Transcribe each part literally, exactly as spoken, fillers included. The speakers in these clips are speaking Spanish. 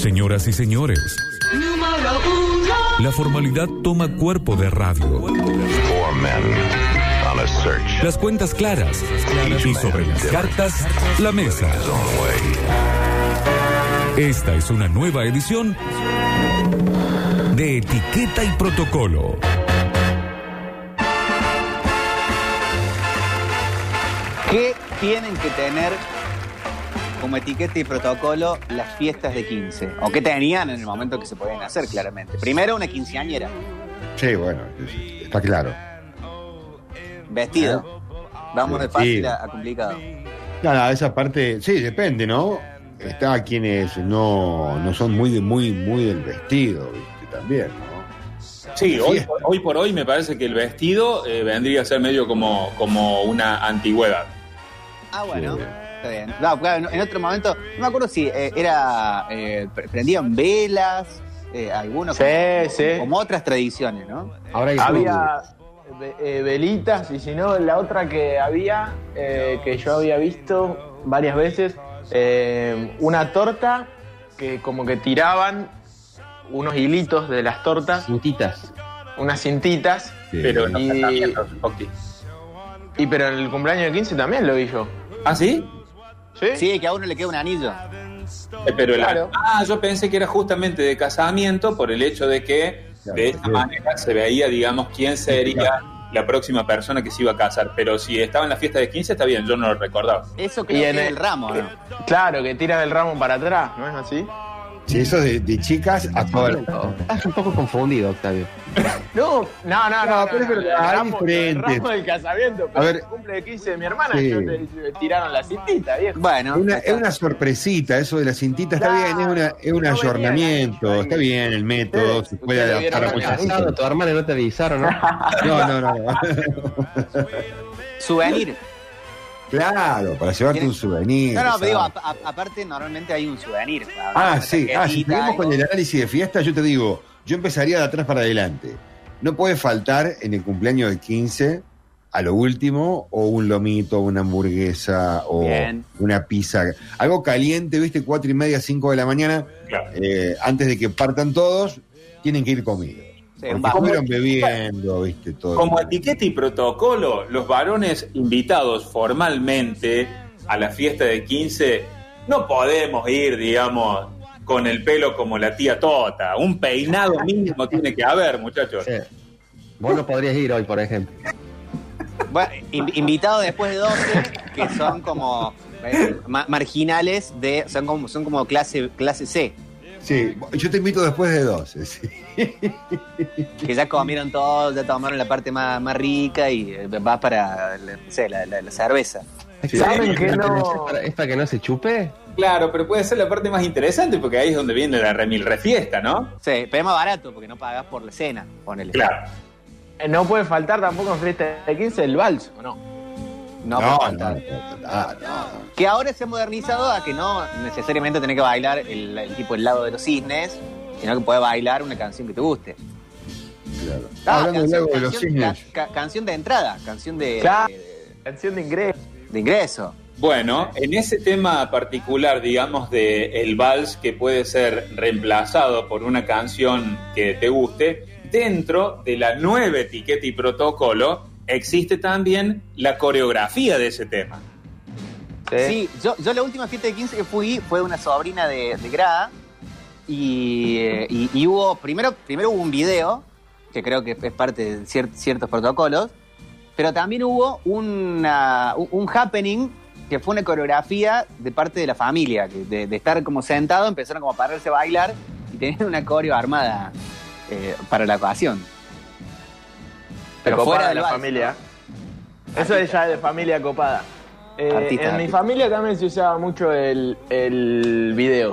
Señoras y señores, la formalidad toma cuerpo de radio. Las cuentas claras y sobre las cartas, la mesa. Esta es una nueva edición de Etiqueta y Protocolo. ¿Qué tienen que tener como etiqueta y protocolo las fiestas de quince? ¿O qué tenían en el momento que se podían hacer, claramente? Primero, una quinceañera. Sí, bueno, está claro. Vestido. Vamos de fácil a, a complicado. Nada, esa parte, sí, depende, ¿no? Está quienes no, no son muy, muy, muy del vestido, ¿viste? También, ¿no? Sí, hoy, hoy por hoy me parece que el vestido eh, vendría a ser medio como, como una antigüedad. Ah, bueno. Sí. Está bien. No, claro, en otro momento, no me acuerdo si eh, era. Eh, prendían velas, eh, algunos. Sí, como, sí. Como otras tradiciones, ¿no? Ahora hay Había eh, velitas, y si no, la otra que había, eh, que yo había visto varias veces, eh, una torta que como que tiraban unos hilitos de las tortas. Cintitas. Unas cintitas. Sí. Pero en los Y- casamientos, Octi. Y pero en el cumpleaños de quince también lo vi yo. ¿Ah, sí? ¿Sí? Sí, que a uno le queda un anillo. Eh, pero la- Claro. Ah, yo pensé que era justamente de casamiento por el hecho de que Claro, de esta sí. manera se veía, digamos, quién sería la próxima persona que se iba a casar. Pero si estaba en la fiesta de quince, está bien, yo no lo recordaba. Eso creo Y que en es el- el ramo, ¿no? Claro, que tiras el ramo para atrás, ¿no es así? Sí, eso de, de chicas a todas. Estás un poco confundido, Octavio. No, no, no, no. pero- pero el, hay ramo, el diferentes. ramo del casamiento, pero A ver. el cumple de quince de mi hermana, Sí. yo te, te tiraron la cintita, viejo. Bueno, Es una, acá. es una sorpresita, eso de la cintita está Claro, bien, es, una, es un no venía ayornamiento, gancho ahí. está bien el método, Sí, se puede ustedes adaptar a vieron muchas la- cosas. Tu hermana no te avisaron, ¿no? No, no, no, no. Souvenir. Claro, para llevarte ¿Tiene- un souvenir. No, no, pero digo, ¿sabes? a- a- aparte normalmente hay un souvenir. Ah, Una sí, ah, si tarjetita, seguimos con algo. el análisis de fiesta, yo te digo, yo empezaría de atrás para adelante. No puede faltar en el cumpleaños de quince, a lo último, o un lomito, una hamburguesa, o Bien. una pizza. Algo caliente, viste, cuatro y media, cinco de la mañana, Claro. eh, antes de que partan todos, tienen que ir comidos. Sí, un Porque bajo. fueron bebiendo, viste, todo. Como etiqueta y protocolo, los varones invitados formalmente a la fiesta de quince no podemos ir, digamos, con el pelo como la tía Tota. Un peinado mínimo tiene que haber, muchachos. Sí. Vos no podrías ir hoy, por ejemplo. Bueno, in- invitados después de doce, que son como eh, ma- marginales de. Son como, son como clase, clase C, Sí, yo te invito después de doce, sí. que ya comieron todo, ya tomaron la parte más, más rica y eh, vas para la, no sé, la, la- la cerveza. ¿Saben que ¿Es no? para, es para que no se chupe? Claro, pero puede ser la parte más interesante porque ahí es donde viene la remil refiesta, ¿no? Sí, pero es más barato porque no pagás por la cena, ponele. Claro. No puede faltar tampoco en fiesta de quince el vals, ¿o no? No, No, puede no, faltar. no, no, no. Que ahora se ha modernizado a que no necesariamente tenés que bailar el, el tipo El lado de los cisnes, sino que puedes bailar una canción que te guste. Claro. Ah, Hablando del canción, lago de los canción- cisnes. ca- ca- canción de entrada, canción de, Claro. de, Canción de ingreso. de ingreso. Bueno, en ese tema particular, digamos, de el vals que puede ser reemplazado por una canción que te guste, dentro de la nueva etiqueta y protocolo existe también la coreografía de ese tema. Sí, yo, yo la última fiesta de quince que fui fue una sobrina de, de Gra y, eh, y, y hubo, primero, primero hubo un video, que creo que es parte de cier- ciertos protocolos, pero también hubo una, un, un happening que fue una coreografía de parte de la familia, que de, de estar como sentado empezaron como a pararse a bailar y tenían una coreo armada eh, para la ocasión. Pero Copada fuera de del la vals, familia. ¿no? Eso es ya de familia copada. Eh, Artista, en mi artista. familia también se usaba mucho el, el video.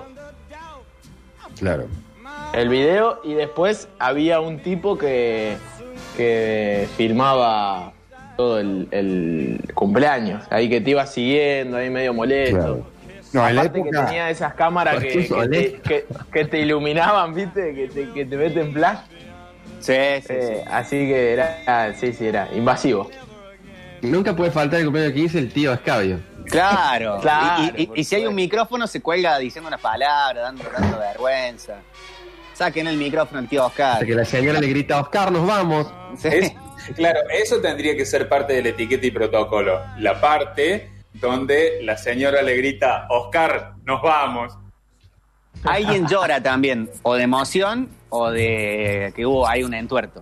Claro. El video, y después había un tipo que, que filmaba todo el, el cumpleaños. Ahí que te iba siguiendo, ahí medio molesto. Claro. No, en la Aparte que época. tenía esas cámaras que, ¿Por qué que, te, molesto? que- que te iluminaban, ¿viste? Que te, que te meten flash. Sí, sí, Eh, sí. Así que era, ah, sí, sí, era invasivo. Nunca puede faltar el cumpleaños de quince el tío Escabio. Claro. Claro, y, y, y, y si hay un micrófono, se cuelga diciendo unas palabras, dando, dando vergüenza. Saquen el micrófono al tío Oscar. Hasta que la señora le grita, Oscar, nos vamos. Sí. Es, claro, eso tendría que ser parte de la etiqueta y protocolo. La parte donde la señora le grita, Oscar, nos vamos. Alguien llora también, o de emoción, o de que hubo hay un entuerto.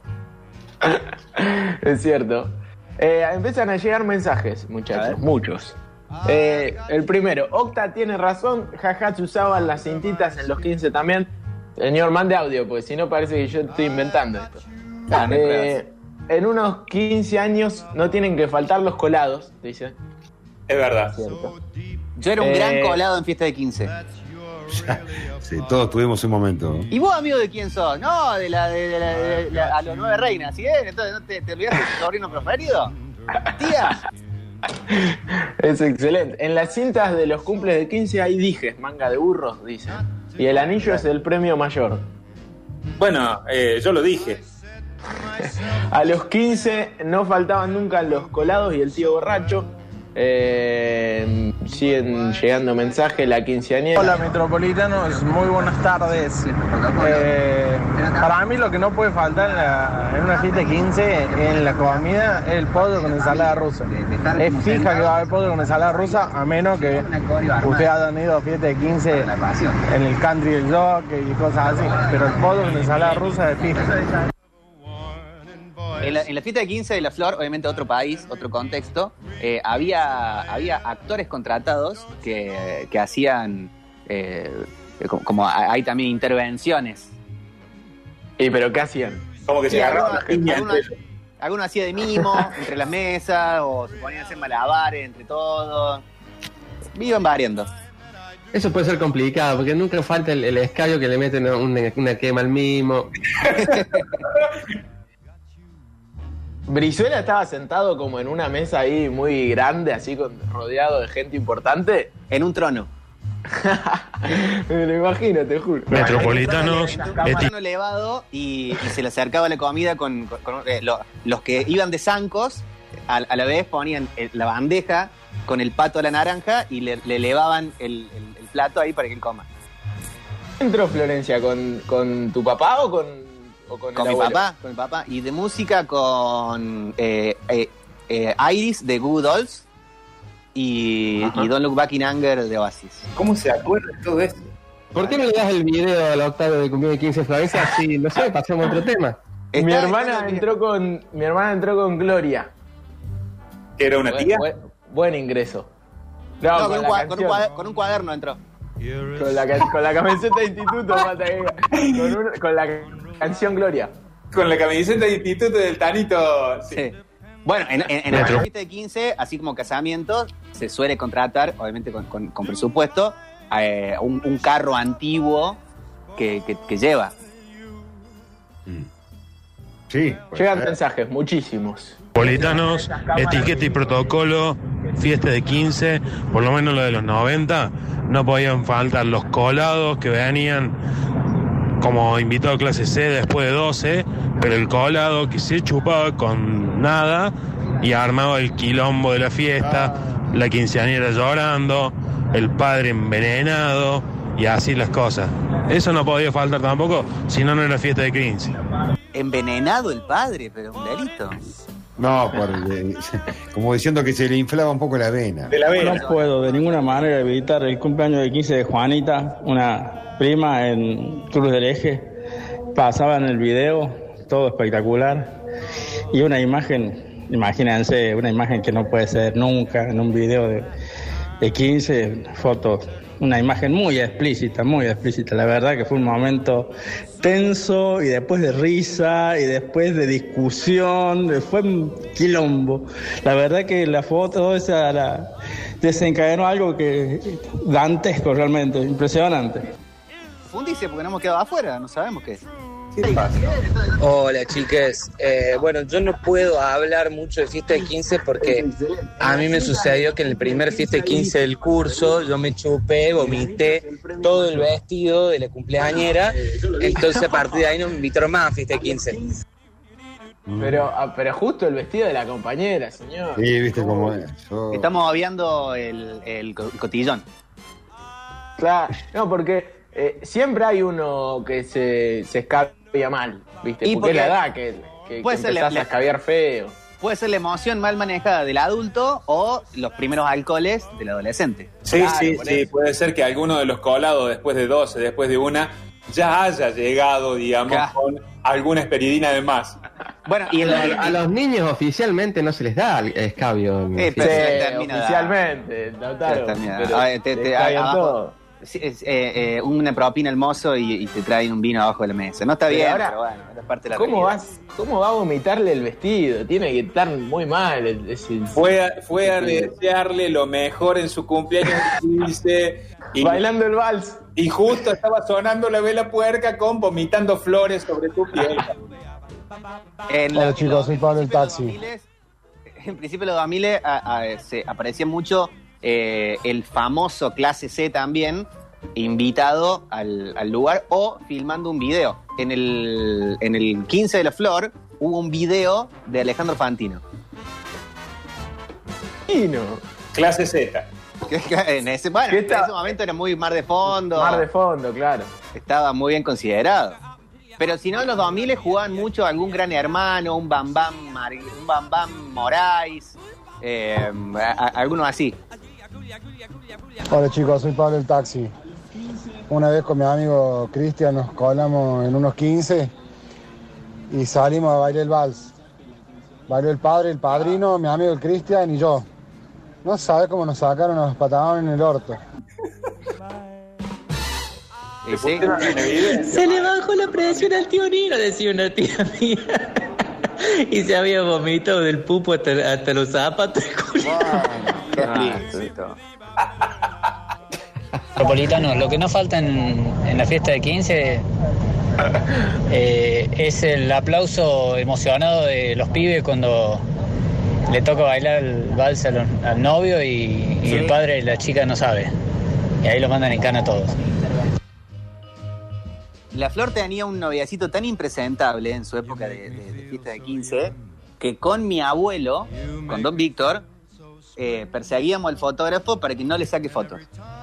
Es cierto. Eh, empiezan a llegar mensajes, muchachos, muchos. Eh, el primero, Octa tiene razón, jaja, se usaban las cintitas en los quince también. Señor, mande audio, porque si no parece que yo estoy inventando esto. Ah, no eh, en unos quince años no tienen que faltar los colados, dice. Es verdad. Cierto. Yo era un Eh, gran colado en fiesta de quince. Sí, todos tuvimos un momento. ¿Y vos, amigo, de quién sos? No, de la de, la, de la, a los nueve reinas, ¿sí? Entonces, ¿no te, te olvidaste de tu sobrino preferido? Tía. Es excelente. En las cintas de los cumples de quince hay dijes, manga de burros, dice. Y el anillo es el premio mayor. Bueno, eh, yo lo dije. A los quince no faltaban nunca los colados y el tío borracho. Eh, siguen llegando mensajes, la quinceañera. Hola metropolitanos, muy buenas tardes. Eh, para mí lo que no puede faltar en, la, en una fiesta de quince en la comida es el pollo con ensalada rusa. Es fija que va a haber pollo con ensalada rusa, a menos que ustedes hayan ido a fiesta de quince en el country del jockey y cosas así. Pero el pollo con ensalada rusa es fija. En la, en la fiesta de quince de La Flor, obviamente otro país, otro contexto, eh, había, había actores contratados que, que hacían, eh, como, como hay también intervenciones. ¿Y pero qué hacían? Como que Sí, se agarraban algunos, las piñas algunos- entre ellos. algunos hacía de mimo entre las mesas, o se ponían a hacer malabares entre todos. Iban variando. Eso puede ser complicado, porque nunca falta el, el escabio que le meten una, una quema al mimo. Brizuela estaba sentado como en una mesa ahí muy grande, así con, rodeado de gente importante. En un trono. Me lo imagino, te juro. Metropolitanos, Un trono elevado y, y se le acercaba la comida con, con- con, eh, lo- los que iban de zancos, a, a la vez ponían eh, la bandeja con el pato a la naranja y le, le elevaban el, el- el plato ahí para que él coma. ¿Entró Florencia con, con tu papá o con, o con, Con el mi abuelo? papá, con mi papá. Y de música con eh, eh, eh, Iris de Goo Dolls y, y Don't Look Back in Anger de Oasis. ¿Cómo se acuerda de todo esto? ¿Por qué no le das el video a la octava de cumpleaños de quince Florencia? Así, no sé, pasemos a otro tema. Mi Está- hermana está- entró con mi hermana entró con Gloria. ¿Que era una Buen, tía? buen, buen ingreso. No, No, con, con, un la cua- con un canción. cuader- con un cuaderno entró. Con la, ca- con la camiseta de instituto, falta que diga. con, un- con la canción Gloria. Con la camiseta de instituto del Tanito. Sí. Sí. Bueno, en, en, en la fiesta de quince, así como casamientos, se suele contratar, obviamente con, con- con presupuesto, eh, un, un carro antiguo que, que- que lleva. Sí. pues, Llegan eh. mensajes, muchísimos. Metropolitanos, etiqueta y protocolo, fiesta de quince, por lo menos lo de los noventa, no podían faltar los colados que venían como invitado a clase C después de doce, pero el colado que se chupaba con nada y armaba el quilombo de la fiesta, la quinceañera llorando, el padre envenenado y así las cosas. Eso no podía faltar tampoco, si no, no era fiesta de quince. Envenenado el padre, pero un delito. No, por, eh, como diciendo que se le inflaba un poco la vena. De la vena. No puedo de ninguna manera evitar el cumpleaños de quince de Juanita, una prima en Cruz del Eje. Pasaba en el video, todo espectacular. Y una imagen, imagínense, una imagen que no puede ser nunca en un video de, de quince fotos. Una imagen muy explícita, muy explícita. La verdad que fue un momento tenso y después de risa y después de discusión. Fue un quilombo. La verdad que la foto esa la, desencadenó algo que dantesco realmente, impresionante. Fundice porque no hemos quedado afuera, no sabemos qué es. ¿Qué pasa? Hola chiques, eh, bueno yo no puedo hablar mucho de fiesta de quince porque a mí me sucedió que en el primer fiesta de quince del curso yo me chupé, vomité todo el vestido de la cumpleañera, entonces a partir de ahí no me invitaron más a fiesta de quince. Pero, pero justo el vestido de la compañera, señor. Sí, viste cómo es. Yo... Estamos obviando el, el cotillón. Claro, no, porque eh, siempre hay uno que se, se escabia mal, ¿viste? Y porque, porque es la edad que, que, puede que ser empezás le- a escabiar feo. Puede ser la emoción mal manejada del adulto o los primeros alcoholes del adolescente. Sí, Claro, sí, por sí. eso. Puede ser que alguno de los colados, después de doce, después de una, ya haya llegado, digamos, Claro. con alguna esperidina de más. Bueno, y en A, la, a los niños oficialmente no se les da el escabio. en Eh, fiesta. pero se Sí, les termina de dar. oficialmente, Lautaro, Se les termina de pero dar. A ver, te- te- le caen abajo- todo. sí, es, eh, eh, una propina al mozo y, y te traen un vino abajo de la mesa. No está Pero bien, ahora, pero bueno, es parte de la ¿Cómo, realidad. vas, ¿Cómo va a vomitarle el vestido? Tiene que estar muy mal. el- ese- Fue a, fue a desearle lo mejor en su cumpleaños quince y, Bailando el vals. y justo estaba sonando la vela puerca con vomitando flores sobre tu piel. En Hola, la- chicos, los- soy en Pablo del principio Taxi. los dos mil, en principio los dos mil a- a- se aparecía mucho eh, el famoso clase C también, invitado al, al lugar o filmando un video. En el, en el quince de la Flor hubo un video de Alejandro Fantino. Y no. Clase Z. Que- que en ese, bueno, ¿Qué en está? ese momento era muy mar de fondo. Mar de fondo, claro. Estaba muy bien considerado. Pero si no, en los dos mil jugaban mucho algún Gran Hermano, un Bam Bam, Mar- un Bam Bam Moraes, eh, a- a- algunos así. Hola chicos, soy Pablo del Taxi. Una vez con mi amigo Cristian nos colamos en unos quince y salimos a bailar el vals. Bailó el padre, el padrino, mi amigo el Cristian y yo. No sabes cómo nos sacaron los patadones en el orto. Y sí. Se le bajó la presión al tío Nino, decía una tía mía. Y se había vomitado del pupo hasta, hasta los zapatos. Qué triste esto. Metropolitano, lo que no falta en, en la fiesta de quince eh, es el aplauso emocionado de los pibes cuando le toca bailar el vals al, al novio y, y Sí. el padre de la chica no sabe. Y ahí lo mandan en cana a todos. La Flor tenía un noviacito tan impresentable en su época de, de- de fiesta de quince que con mi abuelo, con don Víctor, eh, perseguíamos al fotógrafo para que no le saque fotos.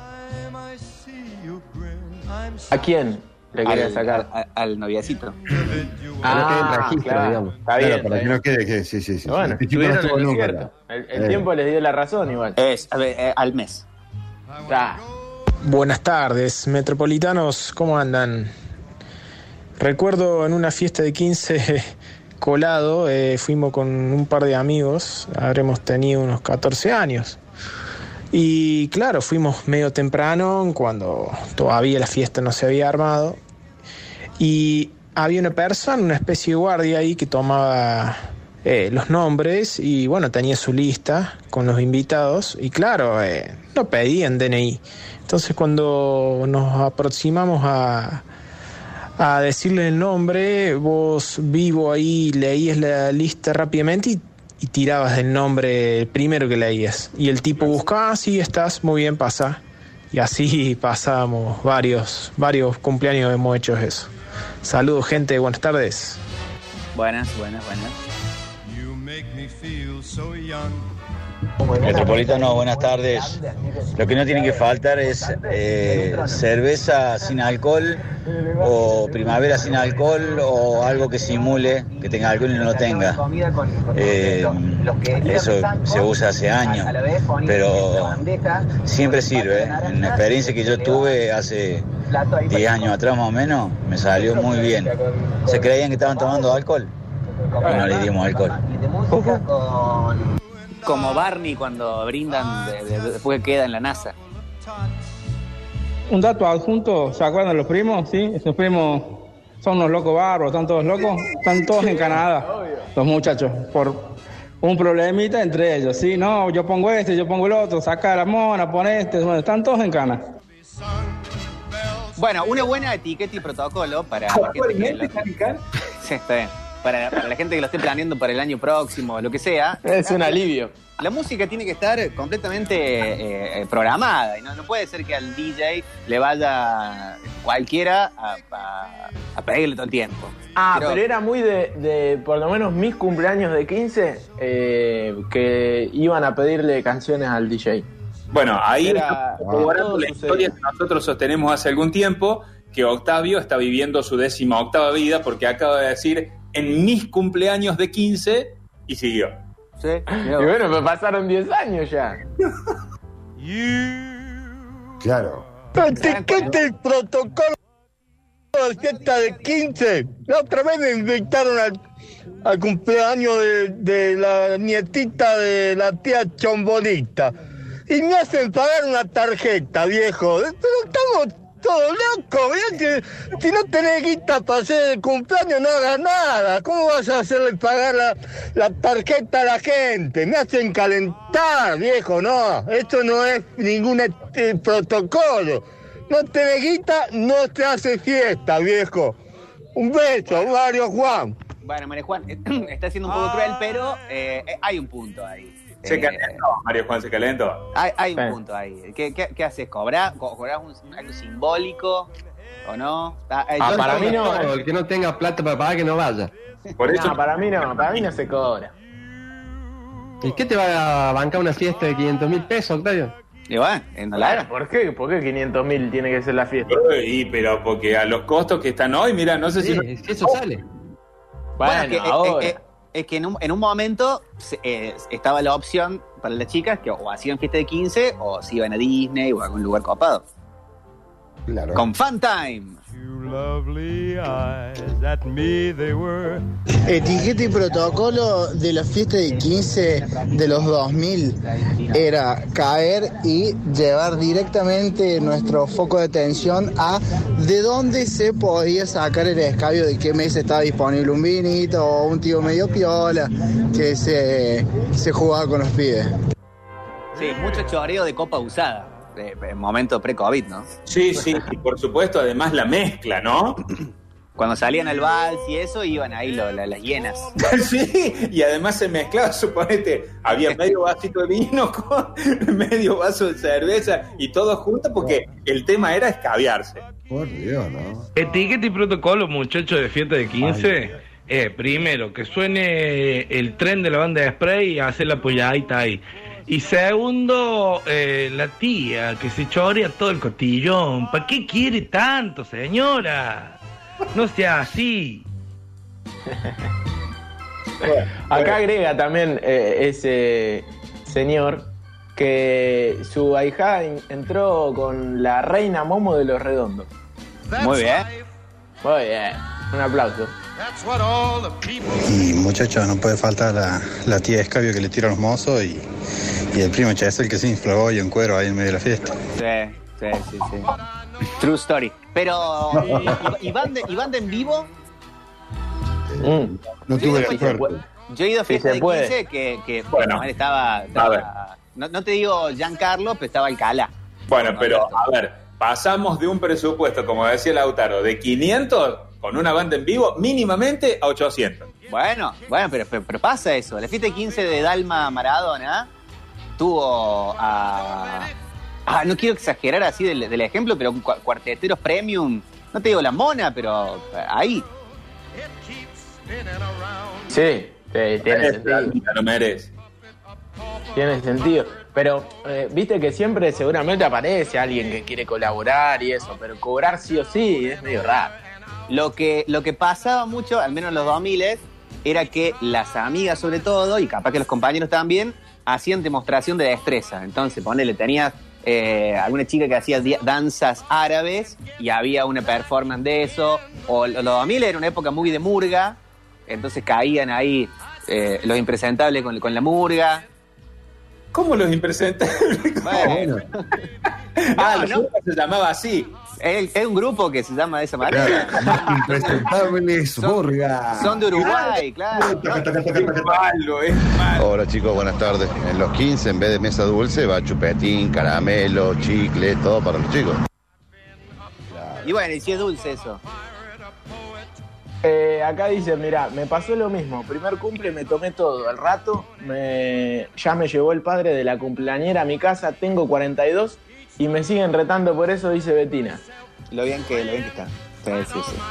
¿A quién le quería Al, sacar? al- al noviacito. Para que haya registro, claro. digamos. Está bien. Claro, para está que bien. no quede que sí, sí, sí. Bueno, Este chico no estuvieron estuvo en lo nunca cierto. acá. El, el Eh. tiempo les dio la razón igual. Es, a ver, eh, al mes. Ah, Buenas tardes, metropolitanos, ¿cómo andan? Recuerdo en una fiesta de quince colado, eh, fuimos con un par de amigos, habremos tenido unos catorce años. Y claro, fuimos medio temprano, cuando todavía la fiesta no se había armado. Y había una persona, una especie de guardia ahí que tomaba eh, los nombres y bueno, tenía su lista con los invitados. Y claro, eh, no pedían D N I. Entonces cuando nos aproximamos a, a decirle el nombre, vos vivo ahí leías la lista rápidamente y, y tirabas el nombre primero que leías. Y el tipo buscaba, ah, sí, estás, muy bien, pasa. Y así pasábamos varios, varios cumpleaños hemos hecho eso. Saludos, gente, buenas tardes. Buenas, buenas, buenas. Metropolitano, buenas tardes. Lo que no tiene que faltar es eh, cerveza sin alcohol o primavera sin alcohol o algo que simule que tenga alcohol y no lo tenga. Eh, eso se usa hace años, pero siempre sirve. En la experiencia que yo tuve hace diez años atrás más o menos, me salió muy bien. ¿Se creían que estaban tomando alcohol? Y no le dimos alcohol. Como Barney cuando brindan de- de- después que queda en la NASA. Un dato adjunto, ¿se acuerdan los primos? Sí, esos primos son unos locos bárbaros, están todos locos, están todos en Canadá, los muchachos, por un problemita entre ellos, sí, no, yo pongo este, yo pongo el otro, saca la mona, pon este, bueno, están todos en Cana. Bueno, una buena etiqueta y protocolo para la gente que lo, sí, está bien. Para, para la gente que lo esté planeando para el año próximo o lo que sea. Es un alivio. La música tiene que estar completamente eh, eh, programada y no, no puede ser que al D J le vaya cualquiera a, a- a pedirle todo el tiempo. Ah, pero, pero era muy de, de, por lo menos mis cumpleaños de quince, eh, que iban a pedirle canciones al D J. Bueno, ahí Era- está corroborando la historia que nosotros sostenemos hace algún tiempo, que Octavio está viviendo su décima octava vida, porque acaba de decir en mis cumpleaños de quince y siguió. Sí, Y bueno, me pasaron diez años ya. Claro. Etiquete el protocolo de fiesta de quince. La otra vez me invitaron al, al cumpleaños de, de la nietita de la tía Chombonita. Y me hacen pagar una tarjeta, viejo. Pero estamos todos locos, mirá que si no tenés guita para hacer el cumpleaños no hagas nada. ¿Cómo vas a hacerle pagar la, la tarjeta a la gente? Me hacen calentar, viejo, no. Esto no es ningún eh, protocolo. No tenés guita, no te hace fiesta, viejo. Un beso, Mario Juan. Bueno, Mario Juan, está siendo un poco cruel, pero eh, hay un punto ahí. Se Eh, calentó, Mario Juan, se calentó. Hay, hay un Sí. punto ahí. ¿Qué, qué, qué haces? ¿Cobrás, co- cobrás un- algo simbólico o no? Ah, eh, Ah, yo- para yo- mí no, el que no tenga plata para pagar que no vaya. Por No, para mí no, para mí no se cobra. ¿Y qué te va a bancar una fiesta de quinientos mil pesos, Octavio? Y bueno, en Claro, ¿por qué? ¿Por qué quinientos mil tiene que ser la fiesta? Y, pero porque a los costos que están hoy, mira, no sé si... Sí, si eso sale. Bueno, que, eh, ahora. eh, eh, es que en un, en un momento se- eh, estaba la opción para las chicas que o hacían fiesta de quince o se iban a Disney o a algún lugar copado. Claro. Con Fun Time. Lovely eyes at me they were. Etiqueta y protocolo de la fiesta de quince de los dos mil era caer y llevar directamente nuestro foco de atención a de dónde se podía sacar el escabio, de qué mes estaba disponible un vinito o un tío medio piola que se, se jugaba con los pibes. Sí, mucho choreo de copa usada. De, de momento pre-COVID, ¿no? Sí, sí, y por supuesto, además la mezcla, ¿no? Cuando salían al vals y eso, iban ahí lo- la- las hienas. Sí, y además se mezclaba, suponete, había medio vasito de vino con medio vaso de cerveza y todo junto porque el tema era escabiarse. Por Dios, ¿no? Etiqueta y protocolo, muchachos de fiesta de quince. Eh, primero, que suene el tren de la banda de Spray y hacer la polladita ahí. Y segundo, eh, la tía que se chorea todo el cotillón. ¿Para qué quiere tanto, señora? No sea así. Acá agrega también eh, ese señor que su ahijada in- entró con la reina Momo de los Redondos. Muy bien. Muy bien. Un aplauso. Y muchachos, no puede faltar la, la tía Escabio que le tira a los mozos y, y el primo Chesel que se infló y en cuero ahí en medio de la fiesta. Sí, sí, sí, sí. True story. Pero, ¿y, y, y banda, y banda en vivo? No Yo tuve he la ido- suerte. Yo he ido a Sí fiesta se de puede. quince que, que Bueno, bueno, él estaba... estaba- no, no te digo Giancarlo, pero estaba Alcalá. Bueno, pero a ver, pasamos de un presupuesto, como decía Lautaro, de quinientos con una banda en vivo mínimamente a ochocientos. Bueno, bueno, pero, pero, pero pasa eso. La fiesta de quince de Dalma Maradona tuvo a... Ah, no quiero exagerar así del, del ejemplo, pero un cua- cuarteteros premium. No te digo la mona, pero ahí. Sí, te- tiene sentido. No merece. Tiene sentido. Pero, eh, viste que siempre seguramente aparece alguien que quiere colaborar y eso, pero cobrar sí o sí es medio raro. Lo que, lo que pasaba mucho, al menos en los dos mil, era que las amigas sobre todo, y capaz que los compañeros también, hacían demostración de destreza. Entonces, ponele, tenías eh, alguna chica que hacía di- danzas árabes y había una performance de eso. O los dos mil era una época muy de murga, entonces caían ahí eh, los impresentables con, con la murga. ¿Cómo los impresentables? Bueno. Ah, No, la no. fiesta se llamaba así. Es, es un grupo que se llama de esa manera. Impresentables, Murga. Son de Uruguay, claro. Es malo, es malo. Hola chicos, buenas tardes. En los quince, en vez de mesa dulce, va chupetín, caramelo, chicle, todo para los chicos. Y bueno, y si es dulce eso. Eh, acá dice, mirá, me pasó lo mismo. Primer cumple me tomé todo. Al rato me, ya me llevó el padre de la cumpleañera a mi casa. Tengo cuarenta y dos y me siguen retando por eso, dice Betina. Lo bien que, lo bien que está. Sí, sí, sí.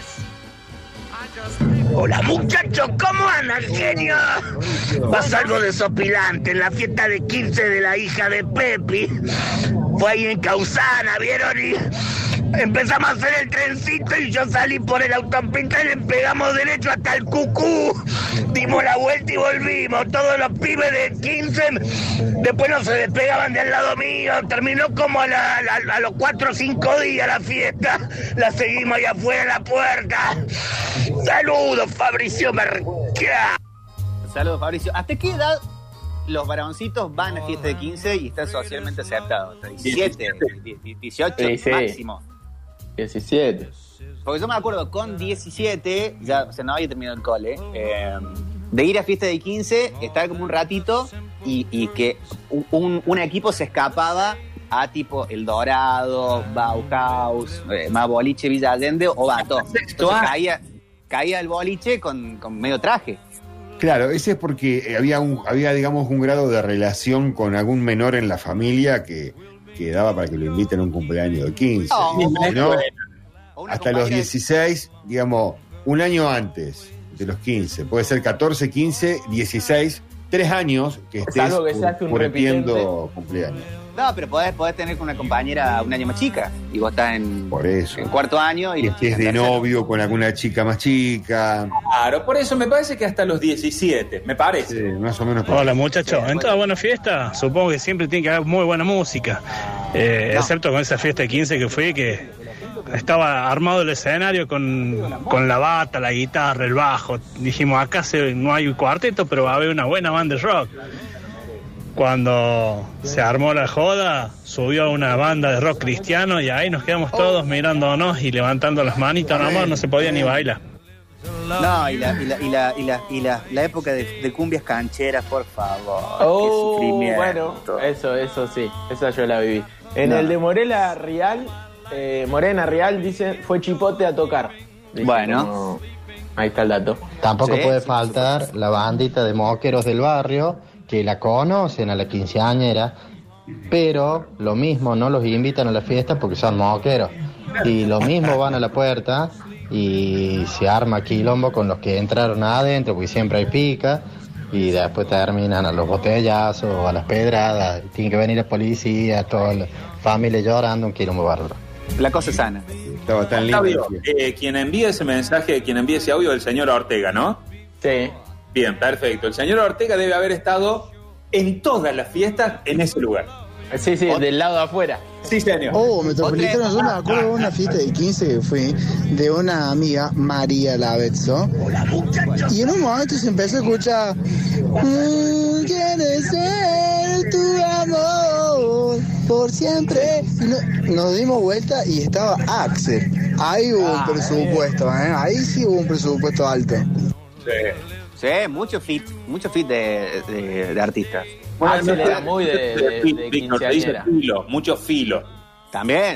Hola muchachos, ¿cómo andan, genio? Pasa algo desopilante en la fiesta de quince de la hija de Pepi. Fue ahí en Causana, ¿vieron? Y empezamos a hacer el trencito y yo salí por el autopista y le pegamos derecho hasta el Cucú. Dimos la vuelta y volvimos. Todos los pibes de quince después no se despegaban del lado mío. Terminó como a, la, a, a los cuatro o cinco días la fiesta. La seguimos ahí afuera en la puerta. Saludos, Fabricio Mercado. Saludos, Fabricio. ¿Hasta qué edad los varoncitos van a fiesta de quince y están socialmente aceptados? diecisiete, dieciocho Sí, sí. máximo. diecisiete. Porque yo me acuerdo con diecisiete, ya, o sea, no había terminado el cole, eh, de ir a fiesta de quince, estar como un ratito y, y que un, un equipo se escapaba a tipo El Dorado, Bauhaus, eh, más boliche Villa Allende o Bato. Entonces caía, caía el boliche con, con medio traje. Claro, ese es porque había, un, había, digamos, un grado de relación con algún menor en la familia que, que daba para que lo inviten a un cumpleaños de quince. Oh, Si no, o hasta los dieciséis, digamos, un año antes de los quince. Puede ser catorce, quince, dieciséis, tres años que estés Salvo que seas un curtiendo cumpleaños. No, pero podés, podés tener una compañera un año más chica y vos estás en, Por eso. en cuarto año y Y estés de novio con alguna chica más chica. Claro, por eso me parece que hasta los diecisiete, me parece. Sí, más o menos. por Hola ahí. muchachos, en toda buena fiesta supongo que siempre tiene que haber muy buena música, eh, No. excepto con esa fiesta de quince que fui, que estaba armado el escenario con, con la bata, la guitarra, el bajo. Dijimos, acá se, no hay un cuarteto, pero va a haber una buena banda de rock. Cuando se armó la joda, subió una banda de rock cristiano y ahí nos quedamos todos mirándonos y levantando las manitas nomás, no se podía ni bailar. No, y la, y la, y la, y la, y la, la época de, de cumbias cancheras, por favor. Oh, qué sufrimiento. bueno, eso, eso sí, esa yo la viví. En No. el de Morela Real, eh, Morena Real, dice, fue Chipote a tocar. Dice, Bueno. como- ahí está el dato. Tampoco Sí, puede sí, faltar la bandita de moqueros del barrio que la conocen a la quinceañera, pero lo mismo no los invitan a la fiesta porque son moqueros. Y lo mismo van a la puerta y se arma quilombo con los que entraron adentro, porque siempre hay pica, y después terminan a los botellazos o a las pedradas. Tiene que venir la policía, toda la familia llorando, un quilombo bárbaro. La cosa es sana. Estaba tan lindo. Octavio, eh, quien envía ese mensaje, quien envía ese audio, el señor Ortega, ¿no? Sí. Bien, perfecto. El señor Ortega debe haber estado en todas las fiestas en ese lugar. Sí, sí, del lado de afuera. Sí, señor. Oh, Metropolitano, yo me acuerdo de una fiesta de quince que fui de una amiga, María Lavezzo. Y en un momento se empezó a escuchar "Mm, quiere ser tu amor por siempre". Y no- nos dimos vuelta y estaba Axel. Ahí hubo un presupuesto, ¿eh? Ahí sí hubo un presupuesto alto. Sí. Sí, mucho fit, mucho fit de, de, de artistas. Bueno, Axel era muy de, de, de Víctor, te dice quinceañera. filo, mucho filo. También.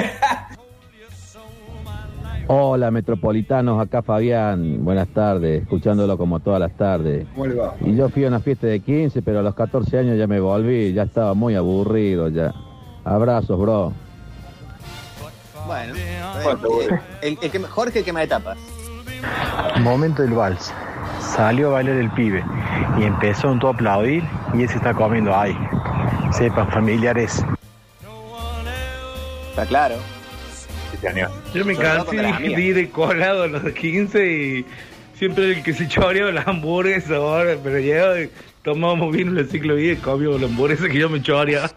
Hola metropolitanos, acá Fabián, buenas tardes, escuchándolo como todas las tardes. ¿Cómo le va? Y yo fui a una fiesta de quince, pero a los catorce años ya me volví, ya estaba muy aburrido ya. Abrazos, bro. Bueno, el, el que, Jorge, que me da tapas. Momento del vals. Salió a bailar el pibe y empezó a aplaudir y él se está comiendo ahí. Sepan, familiares. Está claro. Yo me Sobre todo cansé con las de amigas. ir de colado a los quince y siempre el que se choreaba las hamburguesas ahora, pero llegaba y tomábamos vino en el ciclo vida y comíamos la hamburguesa que yo me choreaba.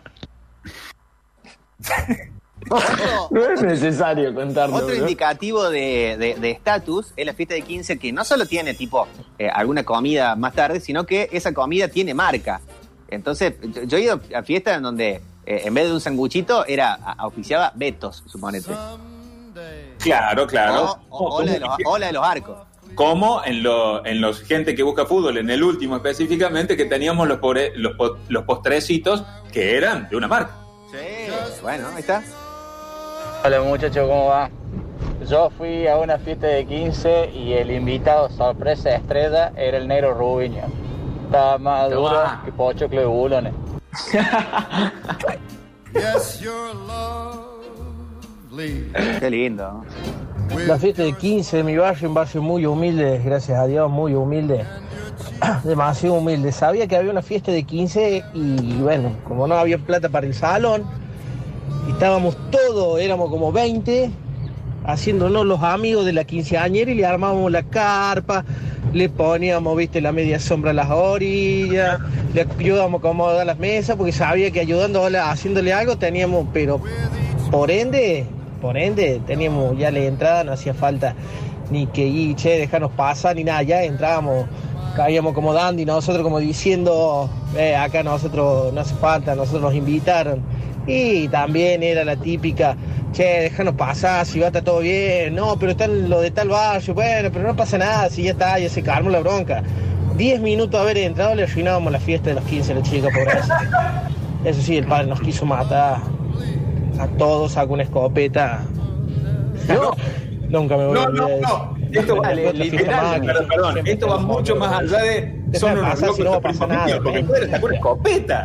No es necesario contarlo. Otro ¿no? indicativo de estatus es la fiesta de quince que no solo tiene tipo eh, alguna comida más tarde, sino que esa comida tiene marca. Entonces, yo, yo he ido a fiestas en donde eh, en vez de un sanguchito era auspiciaba Betos, suponete. Claro, claro. O, o, o la de los, o la de los arcos. Como en, lo, en los gente que busca fútbol, en el último específicamente, que teníamos los, pore, los, po, los postrecitos que eran de una marca. Sí, bueno, ahí está. Hola muchachos, ¿cómo va? Yo fui a una fiesta de quince y el invitado sorpresa estrella era el negro Rubiño. Estaba más duro Toma. que pochoclo de bulones. Qué lindo. La fiesta de quince de mi barrio, un barrio muy humilde, gracias a Dios, muy humilde. Demasiado humilde. Sabía que había una fiesta de quince y bueno, como no había plata para el salón, estábamos todos, éramos como veinte, haciéndonos los amigos de la quinceañera y le armábamos la carpa, le poníamos, viste, la media sombra a las orillas, le ayudábamos a acomodar las mesas, porque sabía que ayudándole, haciéndole algo teníamos, pero por ende, por ende, teníamos ya la entrada, no hacía falta ni que ir, che, dejarnos pasar, ni nada, ya entrábamos, caíamos como dandy, nosotros como diciendo, eh, acá nosotros no hace falta, nosotros nos invitaron, y también era la típica, che, déjanos pasar, si va a estar todo bien, no, pero está lo de tal barrio, bueno, pero no pasa nada, si ya está, ya se calmó la bronca. Diez minutos haber entrado, le arruinábamos la fiesta de los quince a la chica, pobreza. Eso sí, el padre nos quiso matar a todos, sacó una escopeta. No, nunca me voy a olvidar de eso. Esto va, Dale, literal, perdón, perdón, esto va mucho más allá de son unos pasar, locos si no va a que pasar prometió, nada, porque pero- puede sacar una escopeta.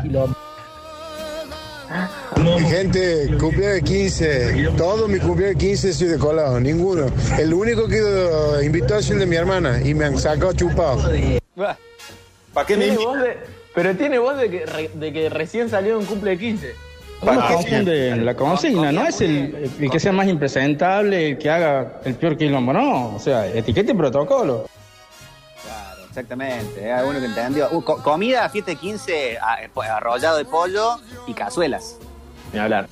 Mi gente, cumpleaños de quince, todo mi cumpleaños de quince soy de colado, ninguno. El único que uh, invitó es el de mi hermana y me han sacado chupado. ¿Para qué me Tiene invitan? voz de- pero tiene voz de que, re- de que recién salió un cumple de quince. No nos confunden la consigna, no es el, el que sea más impresentable, el que haga el peor quilombo, no, o sea, etiqueta y protocolo. Claro, exactamente. Hay uno que entendió. Uh, co- comida, fiesta de quince, a- eh, arrollado de pollo y cazuelas. Ni hablar.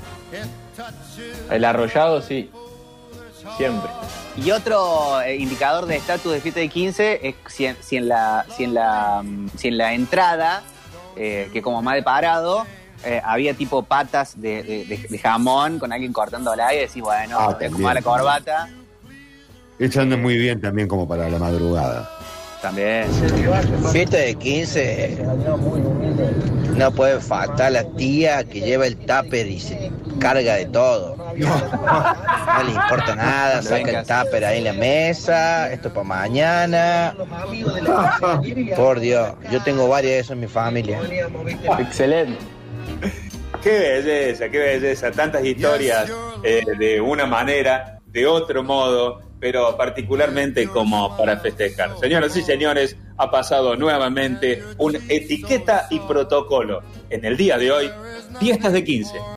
El arrollado, sí. Siempre. Y otro eh, indicador de estatus de fiesta de quince es si en, si en la si en la mm, si en la entrada, eh, que como más de parado, eh, había tipo patas de, de- de- de jamón con alguien cortándola y decís, bueno, Ah, te también. acomoda la corbata. Eso anda muy bien también como para la madrugada. También. Fiesta de quince, no puede faltar la tía que lleva el tupper y se carga de todo. No le importa nada, saca el tupper ahí en la mesa, esto para mañana. Por Dios, yo tengo varias de eso en mi familia. Excelente. Qué belleza, qué belleza. Tantas historias eh, de una manera, de otro modo, pero particularmente como para festejar. Señoras y señores, ha pasado nuevamente un etiqueta y protocolo. En el día de hoy, fiestas de quince.